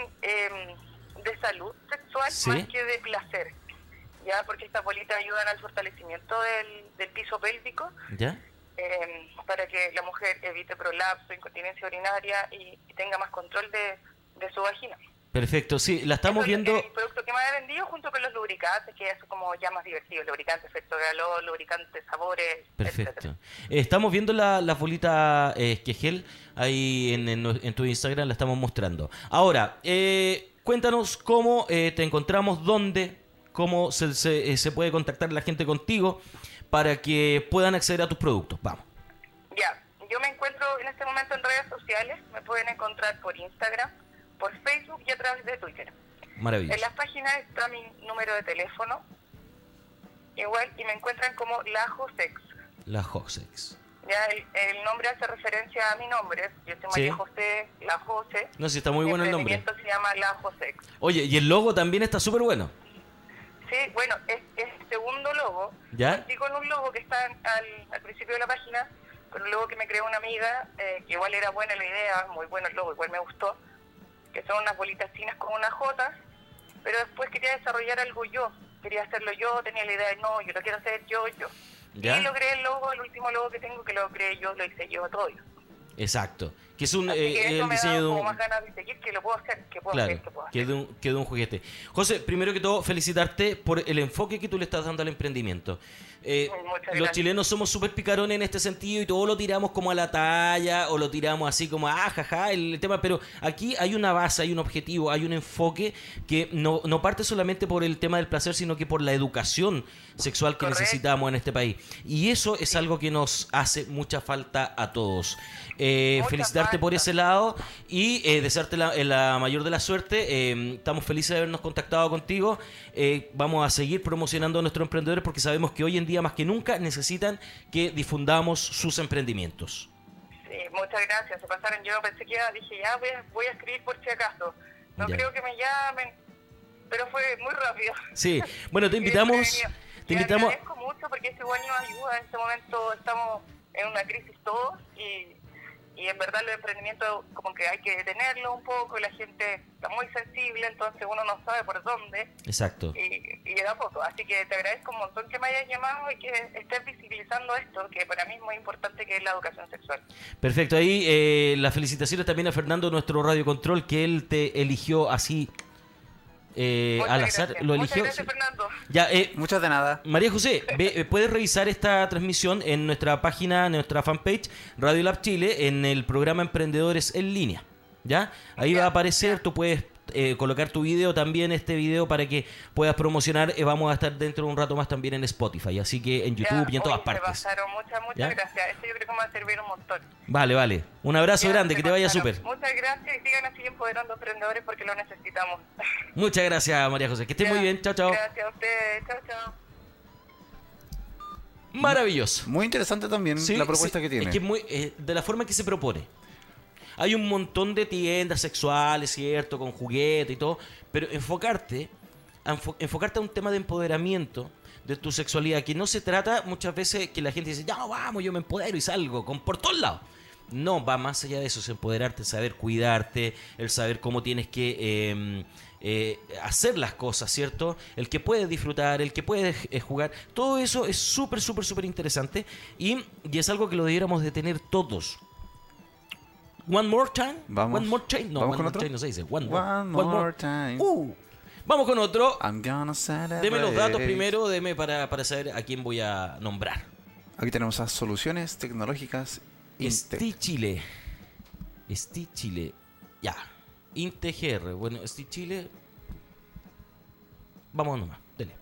de salud sexual Sí. más que de placer. Ya, porque estas bolitas ayudan al fortalecimiento del piso pélvico, ¿Ya? para que la mujer evite prolapso, incontinencia urinaria y tenga más control de su vagina. Perfecto, sí, la estamos Eso viendo. es el producto que más he vendido junto con los lubricantes, que es como ya más divertido, lubricantes, efecto calor, lubricantes, sabores, Perfecto. etcétera. Estamos viendo la bolita Kegel ahí en tu Instagram, la estamos mostrando. Ahora, cuéntanos cómo te encontramos, dónde, cómo se puede contactar la gente contigo para que puedan acceder a tus productos. Vamos. Ya, yo me encuentro en este momento en redes sociales, me pueden encontrar por Instagram, por Facebook y a través de Twitter. Maravilloso. En las páginas está mi número de teléfono, igual, y me encuentran como La Josex. La Josex. Ya, el nombre hace referencia a mi nombre, yo soy María Sí. José, La Jose. No sé, está muy bueno el nombre. emprendimiento se llama La Josex. Oye, y el logo también está súper bueno. Sí, bueno, es el segundo logo. ¿Ya? Partí con un logo que está al principio de la página, con un logo que me creó una amiga, que igual era buena la idea, muy bueno el logo, igual me gustó, que son unas bolitas finas con unas jotas, pero después quería desarrollar algo yo, quería hacerlo yo, tenía la idea de no, yo lo quiero hacer yo. ¿Ya? Y logré el logo, el último logo que tengo, que lo creé yo, lo hice yo, todo yo. Exacto. Que es un Así que eso el me diseño da de como un... más ganas de seguir, que lo puedo hacer, que puedo Claro, hacer, que puedo hacer. que de un juguete. José, primero que todo, felicitarte por el enfoque que tú le estás dando al emprendimiento. Muchas Los gracias. chilenos somos súper picarones en este sentido y todo lo tiramos como a la talla o lo tiramos así como, jaja, el tema. Pero aquí hay una base, hay un objetivo, hay un enfoque que no parte solamente por el tema del placer, sino que por la educación sexual que Correcto. necesitamos en este país. Y eso es algo que nos hace mucha falta a todos. Felicitarte por ese lado y desearte la mayor de la suerte. Estamos felices de habernos contactado contigo. Vamos a seguir promocionando a nuestros emprendedores porque sabemos que hoy en día más que nunca necesitan que difundamos sus emprendimientos. Sí, muchas gracias, se pasaron. Yo pensé que dije, ya voy a escribir por si acaso. No Ya. creo que me llamen, pero fue muy rápido. Sí, bueno, te Y invitamos. te agradezco mucho porque eso igual nos ayuda. En este momento estamos en una crisis todos y en verdad los emprendimientos como que hay que detenerlo un poco y la gente está muy sensible, entonces uno no sabe por dónde Exacto. y llega poco. Así que te agradezco un montón que me hayas llamado y que estés visibilizando esto, que para mí es muy importante, que es la educación sexual. Perfecto, ahí las felicitaciones también a Fernando, nuestro Radio Control, que él te eligió así al azar. Gracias. Lo Muchas eligió. gracias, Fernando. Ya, Muchas de nada. María José, puedes revisar esta transmisión en nuestra página, en nuestra fanpage, Radio Lab Chile, en el programa Emprendedores en Línea. ¿Ya? Ahí va a aparecer, tú puedes colocar tu video también, este video, para que puedas promocionar. Vamos a estar dentro de un rato más también en Spotify, así que en YouTube y en todas partes. pasaron. Muchas ¿Ya? gracias. Eso yo creo que me va a servir un montón. Vale. Un abrazo Ya, grande, se que te vaya pasaron. súper. Muchas gracias y sigan así empoderando emprendedores porque lo necesitamos. Muchas gracias, María José. Que estés Ya, muy bien. Chao. Gracias a ustedes. Chao. Maravilloso. Muy interesante también Sí, la propuesta sí, que tiene. Es que de la forma que se propone. Hay un montón de tiendas sexuales, ¿cierto? Con juguetes y todo. Pero enfocarte a un tema de empoderamiento de tu sexualidad. Que no se trata muchas veces que la gente dice, ya vamos, yo me empodero y salgo por todos lados. No, va más allá de eso. Es empoderarte, el saber cuidarte, el saber cómo tienes que hacer las cosas, ¿cierto? El que puedes disfrutar, el que puedes jugar. Todo eso es súper súper y es algo que lo debiéramos de tener todos. One more time. Vamos. One more time. No, ¿Vamos one con more otro? time no se dice. One More more. time. Vamos con otro. I'm gonna celebrate. Deme los datos primero, para saber a quién voy a nombrar. Aquí tenemos a Soluciones Tecnológicas Inte. Sti Chile. Ya. InteGR. Bueno, Sti Chile. Vamos nomás. Dele.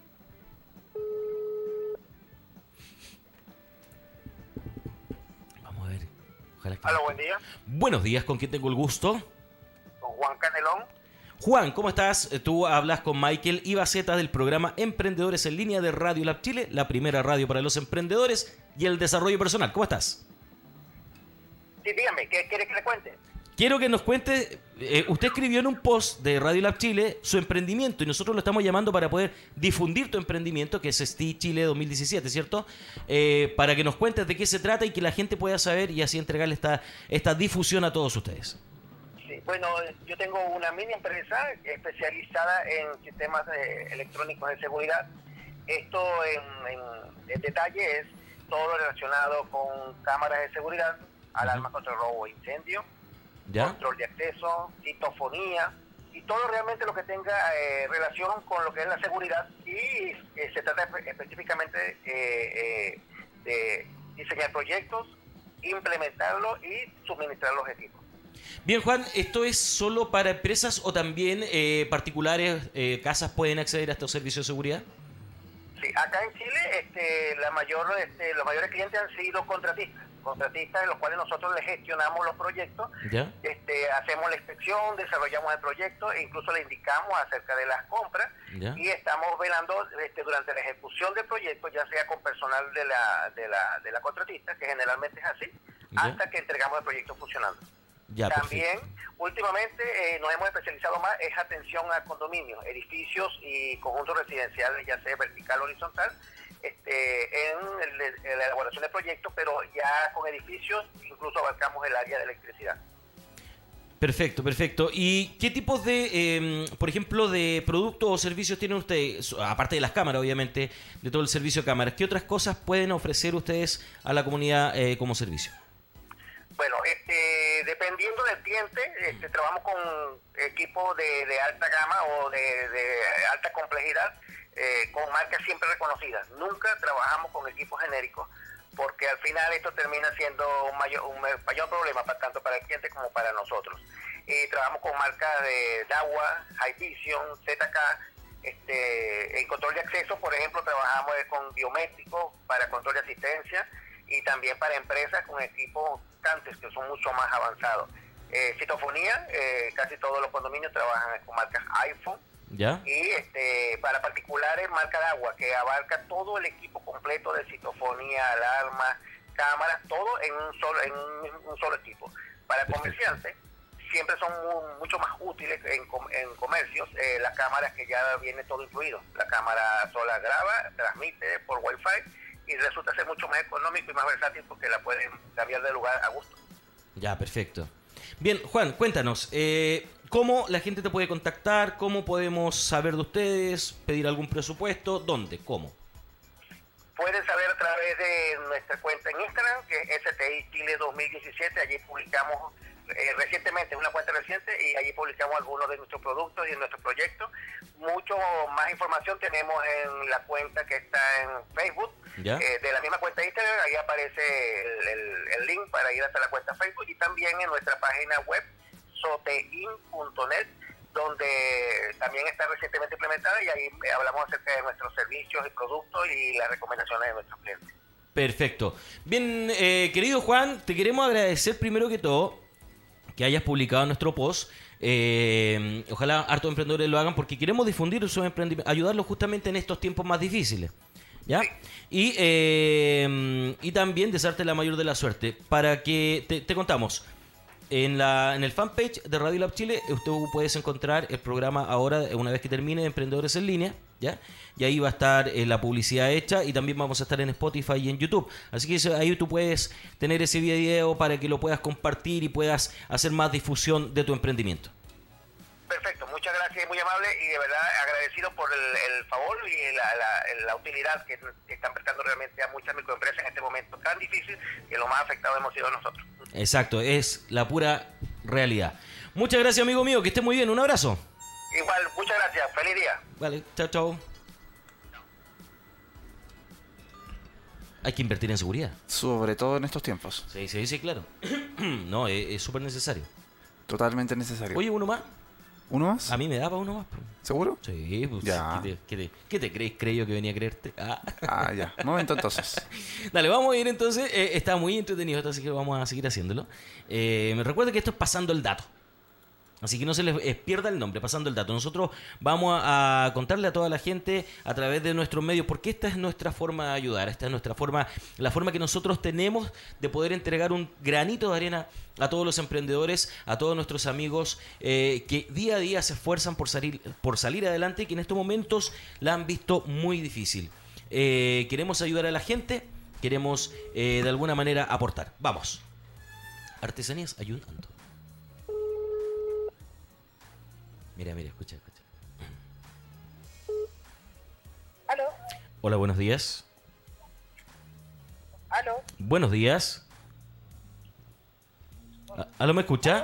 Vamos a ver. Ojalá que... Hola, buen día. Buenos días, ¿con quién tengo el gusto? Con Juan Canelón. Juan, ¿cómo estás? Tú hablas con Michael Ibaceta del programa Emprendedores en Línea de Radio Lab Chile, la primera radio para los emprendedores y el desarrollo personal. ¿Cómo estás? Sí, dígame, ¿qué quiere que le cuente? Quiero que nos cuente, usted escribió en un post de Radio Lab Chile su emprendimiento y nosotros lo estamos llamando para poder difundir tu emprendimiento, que es STI Chile 2017, ¿cierto? Para que nos cuentes de qué se trata y que la gente pueda saber y así entregarle esta difusión a todos ustedes. Sí, bueno, yo tengo una mini empresa especializada en sistemas electrónicos de seguridad. Esto en detalle es todo lo relacionado con cámaras de seguridad, alarmas contra robo e incendio, ¿Ya? control de acceso, citofonía y todo realmente lo que tenga relación con lo que es la seguridad y se trata específicamente de diseñar proyectos, implementarlos y suministrar los equipos. Bien, Juan, ¿esto es solo para empresas o también particulares, casas pueden acceder a estos servicios de seguridad? Sí, acá en Chile los mayores clientes han sido contratistas en los cuales nosotros les gestionamos los proyectos, ¿Ya? hacemos la inspección, desarrollamos el proyecto e incluso le indicamos acerca de las compras. ¿Ya? Y estamos velando durante la ejecución del proyecto, ya sea con personal de la contratista, que generalmente es así, ¿Ya? hasta que entregamos el proyecto funcionando. Ya, También, perfecto. últimamente nos hemos especializado más es atención a condominios, edificios y conjuntos residenciales, ya sea vertical o horizontal, en la elaboración de proyectos, pero ya con edificios incluso abarcamos el área de electricidad. Perfecto, perfecto. ¿Y qué tipos de, por ejemplo, de productos o servicios tienen ustedes, aparte de las cámaras, obviamente, de todo el servicio de cámaras? ¿Qué otras cosas pueden ofrecer ustedes a la comunidad como servicio? Bueno, dependiendo del cliente, trabajamos con equipos de alta gama o de alta complejidad, con marcas siempre reconocidas. Nunca trabajamos con equipos genéricos, porque al final esto termina siendo un mayor problema tanto para el cliente como para nosotros. Trabajamos con marcas de agua, High Vision, ZK. En control de acceso, por ejemplo, trabajamos con biométricos para control de asistencia y también para empresas con equipos cantes que son mucho más avanzados. Citofonía, casi todos los condominios trabajan con marcas iPhone. ¿Ya? Y para particulares, marca de agua, que abarca todo el equipo completo de citofonía, alarmas, cámaras, todo en un solo equipo. Para comerciantes, siempre son mucho más útiles en comercios las cámaras que ya viene todo incluido. La cámara sola graba, transmite por Wi-Fi y resulta ser mucho más económico y más versátil porque la pueden cambiar de lugar a gusto. Ya, perfecto. Bien, Juan, cuéntanos, ¿cómo la gente te puede contactar? ¿Cómo podemos saber de ustedes? ¿Pedir algún presupuesto? ¿Dónde? ¿Cómo? Pueden saber a través de nuestra cuenta en Instagram, que es STI Chile 2017. Allí publicamos recientemente, una cuenta reciente, y allí publicamos algunos de nuestros productos y de nuestros proyectos. Mucho más información tenemos en la cuenta que está en Facebook. ¿Ya? De la misma cuenta de Instagram, ahí aparece el link para ir hasta la cuenta Facebook, y también en nuestra página web, sotein.net, donde también está recientemente implementada, y ahí hablamos acerca de nuestros servicios y productos y las recomendaciones de nuestros clientes. Perfecto. Bien, querido Juan, te queremos agradecer primero que todo que hayas publicado nuestro post. Ojalá hartos emprendedores lo hagan porque queremos difundir sus emprendimientos, ayudarlos justamente en estos tiempos más difíciles. ¿Ya? Sí. Y también desearte la mayor de la suerte. Para que te contamos, en el fanpage de Radio Lab Chile, usted puedes encontrar el programa ahora, una vez que termine, de Emprendedores en Línea, ¿ya? Y ahí va a estar la publicidad hecha, y también vamos a estar en Spotify y en YouTube. Así que ahí tú puedes tener ese video para que lo puedas compartir y puedas hacer más difusión de tu emprendimiento. Perfecto, muchas gracias, muy amable, y de verdad agradecido por el favor y la utilidad que están prestando realmente a muchas microempresas en este momento tan difícil, que lo más afectados hemos sido nosotros. Exacto, es la pura realidad. Muchas gracias, amigo mío, que esté muy bien, un abrazo. Igual, muchas gracias, feliz día. Vale, chao, chao. Hay que invertir en seguridad. Sobre todo en estos tiempos. Sí, claro. No, es súper necesario. Totalmente necesario. Oye, ¿uno más? ¿Uno más? A mí me daba uno más. ¿Seguro? Sí, pues. Ya. ¿Qué te crees? Creo que venía a creerte. Ya. Momento entonces. Dale, vamos a ir entonces. Está muy entretenido esto, así que vamos a seguir haciéndolo. Me recuerda que esto es Pasando el Dato. Así que no se les pierda el nombre, Pasando el Dato. Nosotros vamos a contarle a toda la gente a través de nuestros medios, porque esta es nuestra forma de ayudar, esta es nuestra forma, la forma que nosotros tenemos de poder entregar un granito de arena a todos los emprendedores, a todos nuestros amigos que día a día se esfuerzan por salir adelante y que en estos momentos la han visto muy difícil. Queremos ayudar a la gente, queremos de alguna manera aportar. Vamos. Artesanías ayudando. Mira, escucha. ¿Aló? Hola, buenos días. ¿Aló? Buenos días. ¿Aló, me escucha?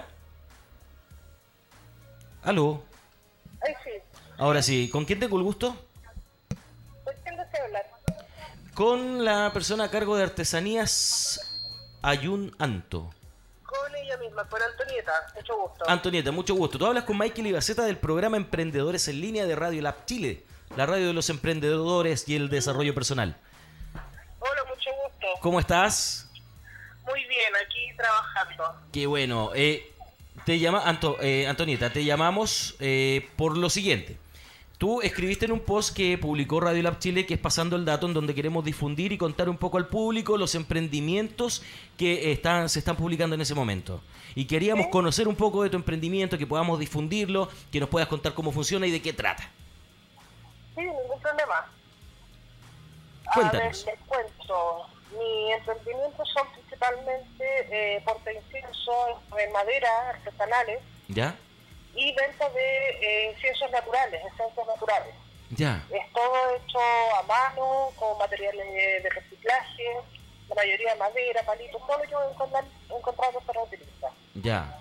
¿Aló? Ay, sí. Ahora sí, ¿con quién tengo el gusto? ¿Por quién desea hablar? Con la persona a cargo de Artesanías Ayun Anto. Con ella misma, con Antonieta. Mucho gusto. Antonieta, mucho gusto. Tú hablas con Michael Ibaceta del programa Emprendedores en Línea de Radio Lab Chile, la radio de los emprendedores y el desarrollo personal. Hola, mucho gusto. ¿Cómo estás? Muy bien, aquí trabajando. Qué bueno. Antonieta, te llamamos por lo siguiente. Tú escribiste en un post que publicó Radio Lab Chile, que es Pasando el Dato, en donde queremos difundir y contar un poco al público los emprendimientos que se están publicando en ese momento. Y queríamos conocer un poco de tu emprendimiento, que podamos difundirlo, que nos puedas contar cómo funciona y de qué trata. Sí, ningún problema. Cuéntanos. Les cuento. Mi emprendimiento son principalmente porte de incienso en madera, artesanales, ¿Ya? y venta de inciensos naturales, esencias naturales. Ya. Es todo hecho a mano, con materiales de reciclaje, la mayoría de madera, palitos, todo lo que voy a encontrar se reutiliza. Ya.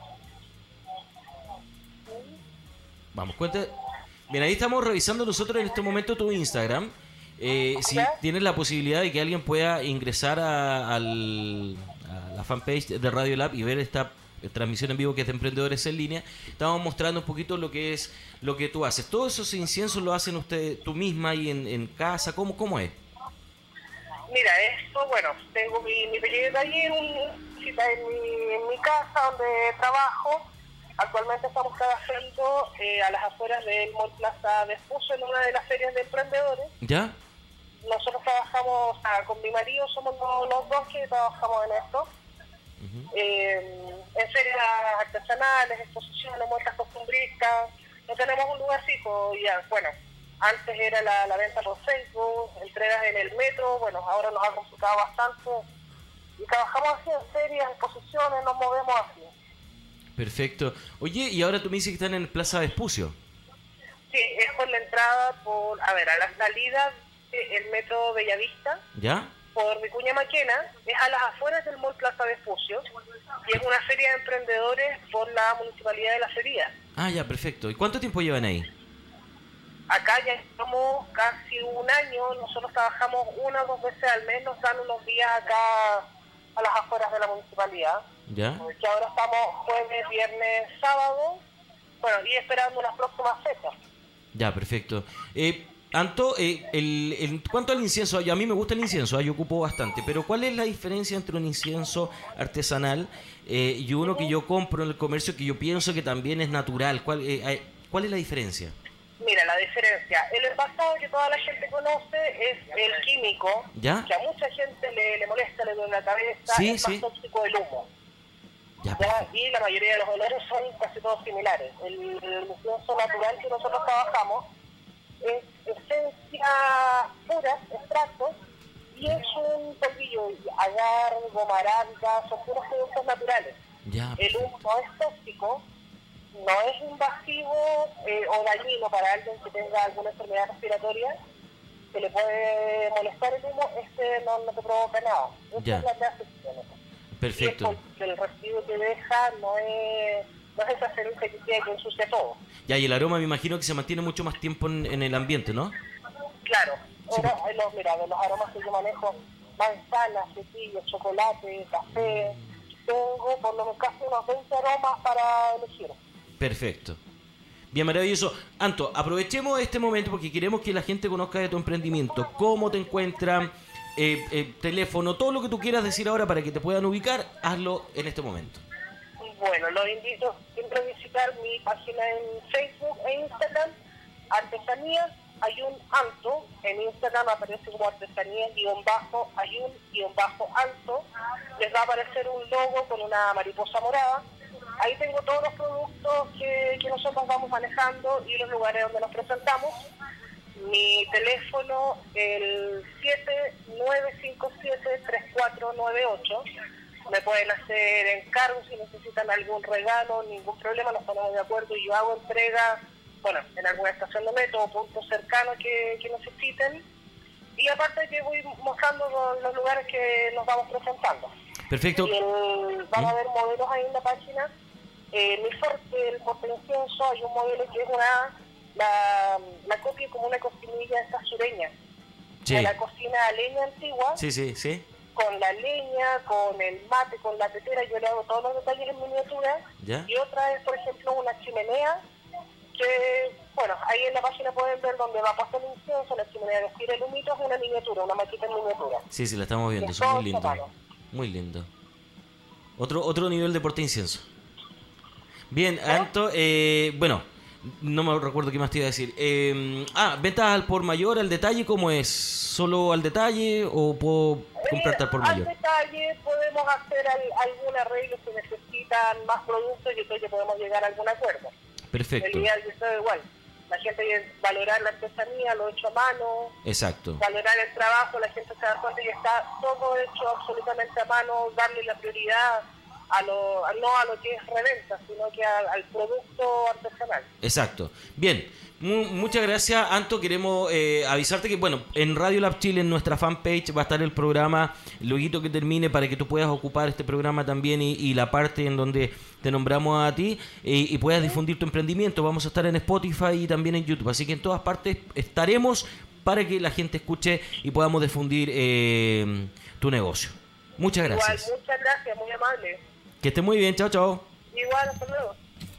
Vamos, cuente. Bien, ahí estamos revisando nosotros en este momento tu Instagram. Si ¿Ya? tienes la posibilidad de que alguien pueda ingresar a la fanpage de Radio Lab y ver esta transmisión en vivo que es de Emprendedores en Línea, estamos mostrando un poquito lo que es lo que tú haces. ¿Todos esos inciensos lo hacen usted tú misma ahí en casa? ¿Cómo es? Mira, esto, bueno, tengo mi pequeño taller en mi casa donde trabajo. Actualmente estamos trabajando a las afueras del Mall Plaza Vespucio en una de las ferias de emprendedores. ¿Ya? Nosotros trabajamos, con mi marido somos los dos que trabajamos en esto. En ferias artesanales, exposiciones, muestras costumbristas. No tenemos un lugar fijo ya. Bueno, antes era la venta por Facebook, entregas en el metro. Bueno, ahora nos ha complicado bastante. Y trabajamos así en ferias, exposiciones, nos movemos así. Perfecto. Oye, y ahora tú me dices que están en Plaza Vespucio. Sí, es por la entrada, a la salida del metro Bellavista, ¿Ya? por Vicuña Maquena, es a las afueras del Mall Plaza Vespucio, y es una feria de emprendedores por la Municipalidad de La Feria. Ah, ya, perfecto. ¿Y cuánto tiempo llevan ahí? Acá ya estamos casi un año, nosotros trabajamos 1 o 2 veces al mes, nos dan unos días acá a las afueras de la Municipalidad. ¿Ya? Que ahora estamos jueves, viernes, sábado, bueno, y esperando las próximas fechas. Ya, perfecto. Anto, en cuanto al incienso, a mí me gusta el incienso, yo ocupo bastante, pero ¿cuál es la diferencia entre un incienso artesanal y uno que yo compro en el comercio que yo pienso que también es natural? ¿Cuál es la diferencia? Mira, la diferencia, el envasado que toda la gente conoce es el químico, ¿Ya? que a mucha gente le molesta, le duele la cabeza, Sí, es más sí. tóxico del humo. Ya, ¿Ya? Y la mayoría de los olores son casi todos similares. El incienso natural que nosotros trabajamos es esencia puras, extractos, y es un polvillo, agar, goma arábica, son puros productos naturales. ya, El humo no es tóxico, no es invasivo o dañino para alguien que tenga alguna enfermedad respiratoria, que le puede molestar el humo, no te provoca nada. Esa Ya. es la clase que tiene. perfecto. Y el residuo que deja no es esa ceruza que tiene que ensucia todo. Ya, y el aroma me imagino que se mantiene mucho más tiempo en el ambiente, ¿no? Claro, Sí, mira, de los aromas que yo manejo, manzana, cepillo, chocolate, café, tengo por lo menos casi unos 20 aromas para elegir. Perfecto. Bien, maravilloso. Anto, aprovechemos este momento porque queremos que la gente conozca de tu emprendimiento, cómo te encuentran, teléfono, todo lo que tú quieras decir ahora para que te puedan ubicar, hazlo en este momento. Bueno, los invito siempre a visitar mi página en Facebook e Instagram, Artesanías Ayun Anto. En Instagram aparece como artesanías-ayun-alto. Les va a aparecer un logo con una mariposa morada. Ahí tengo todos los productos que nosotros vamos manejando y los lugares donde nos presentamos. Mi teléfono, el 7957-3498. Me pueden hacer encargos si necesitan algún regalo, ningún problema, nos ponemos de acuerdo y yo hago entrega, bueno, en alguna estación de metro o punto cercano que necesiten. Y aparte que voy mostrando los lugares que nos vamos presentando. Perfecto. Y vamos a ver modelos ahí en la página. El porte incienso, hay un modelo que es la copia como una cocinilla de estas sureñas. Sí. De la cocina a leña antigua. Sí. Con la leña, con el mate, con la tetera, yo le hago todos los detalles en miniatura. ¿Ya? Y otra es, por ejemplo, una chimenea, que, bueno, ahí en la página pueden ver dónde va a pasar el incienso, la chimenea de estira el humito, es una miniatura, una maqueta en miniatura. Sí, la estamos viendo, Y son muy todo lindos. separo. Muy lindo. Otro nivel de porte incienso. Bien, Anto, bueno, no me recuerdo qué más te iba a decir. ¿Ventas al por mayor, al detalle? ¿Cómo es? ¿Solo al detalle o puedo comprarte al por mayor? Al detalle podemos hacer algún arreglo si necesitan más productos y entonces podemos llegar a algún acuerdo. Perfecto. El ideal es todo igual. la gente valorar la artesanía, lo hecho a mano, Exacto. valorar el trabajo, la gente se da cuenta que está todo hecho absolutamente a mano, darle la prioridad no a lo que es reventa, sino que al producto artesanal. Exacto. Bien, muchas gracias, Anto. Queremos avisarte que, bueno, en Radio Lab Chile, en nuestra fanpage, va a estar el programa, luego que termine, para que tú puedas ocupar este programa también y la parte en donde te nombramos a ti y puedas difundir tu emprendimiento. Vamos a estar en Spotify y también en YouTube, así que en todas partes estaremos para que la gente escuche y podamos difundir tu negocio. Muchas gracias. Igual, muchas gracias, muy amable. Que esté muy bien, chao, chao. Igual, hasta luego.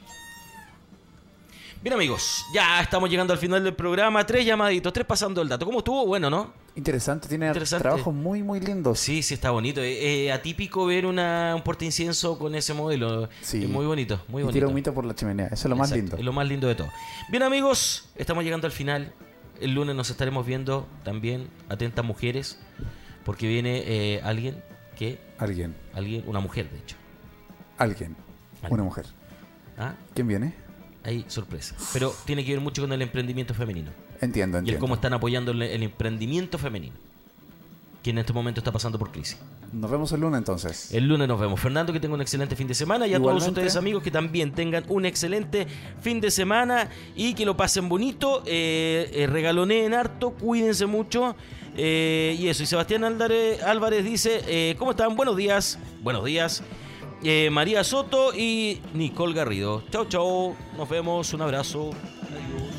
Bien, amigos, ya estamos llegando al final del programa. 3 llamaditos, 3 pasando el dato. ¿Cómo estuvo? Bueno, ¿no? Interesante, tiene Interesante. trabajos muy, muy lindos. Sí, sí, está bonito. Atípico ver un portaincienso con ese modelo. Sí. Muy bonito, muy Y bonito. tira humito por la chimenea, eso es lo más Exacto, lindo. es lo más lindo de todo. Bien, amigos, estamos llegando al final. El lunes nos estaremos viendo también. Atentas, mujeres, porque viene alguien, una mujer, de hecho. Alguien. Una mujer. ¿Ah? ¿Quién viene? Hay sorpresa. Pero tiene que ver mucho con el emprendimiento femenino. Entiendo. Y el cómo están apoyando el emprendimiento femenino, que en este momento está pasando por crisis. Nos vemos el lunes entonces. El lunes nos vemos. Fernando, que tenga un excelente fin de semana. Y a Igualmente. todos ustedes, amigos, que también tengan un excelente fin de semana y que lo pasen bonito, regaloneen harto, cuídense mucho. Y eso. Y Sebastián Álvarez dice, ¿cómo están? Buenos días. Buenos días. María Soto y Nicole Garrido. Chau, chau. Nos vemos. Un abrazo. Adiós.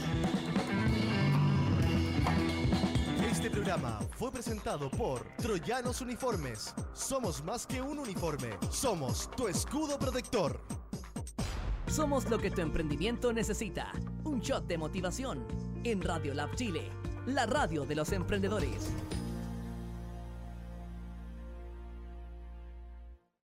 Este programa fue presentado por Troyanos Uniformes. Somos más que un uniforme. Somos tu escudo protector. Somos lo que tu emprendimiento necesita. Un shot de motivación en Radio Lab Chile, la radio de los emprendedores.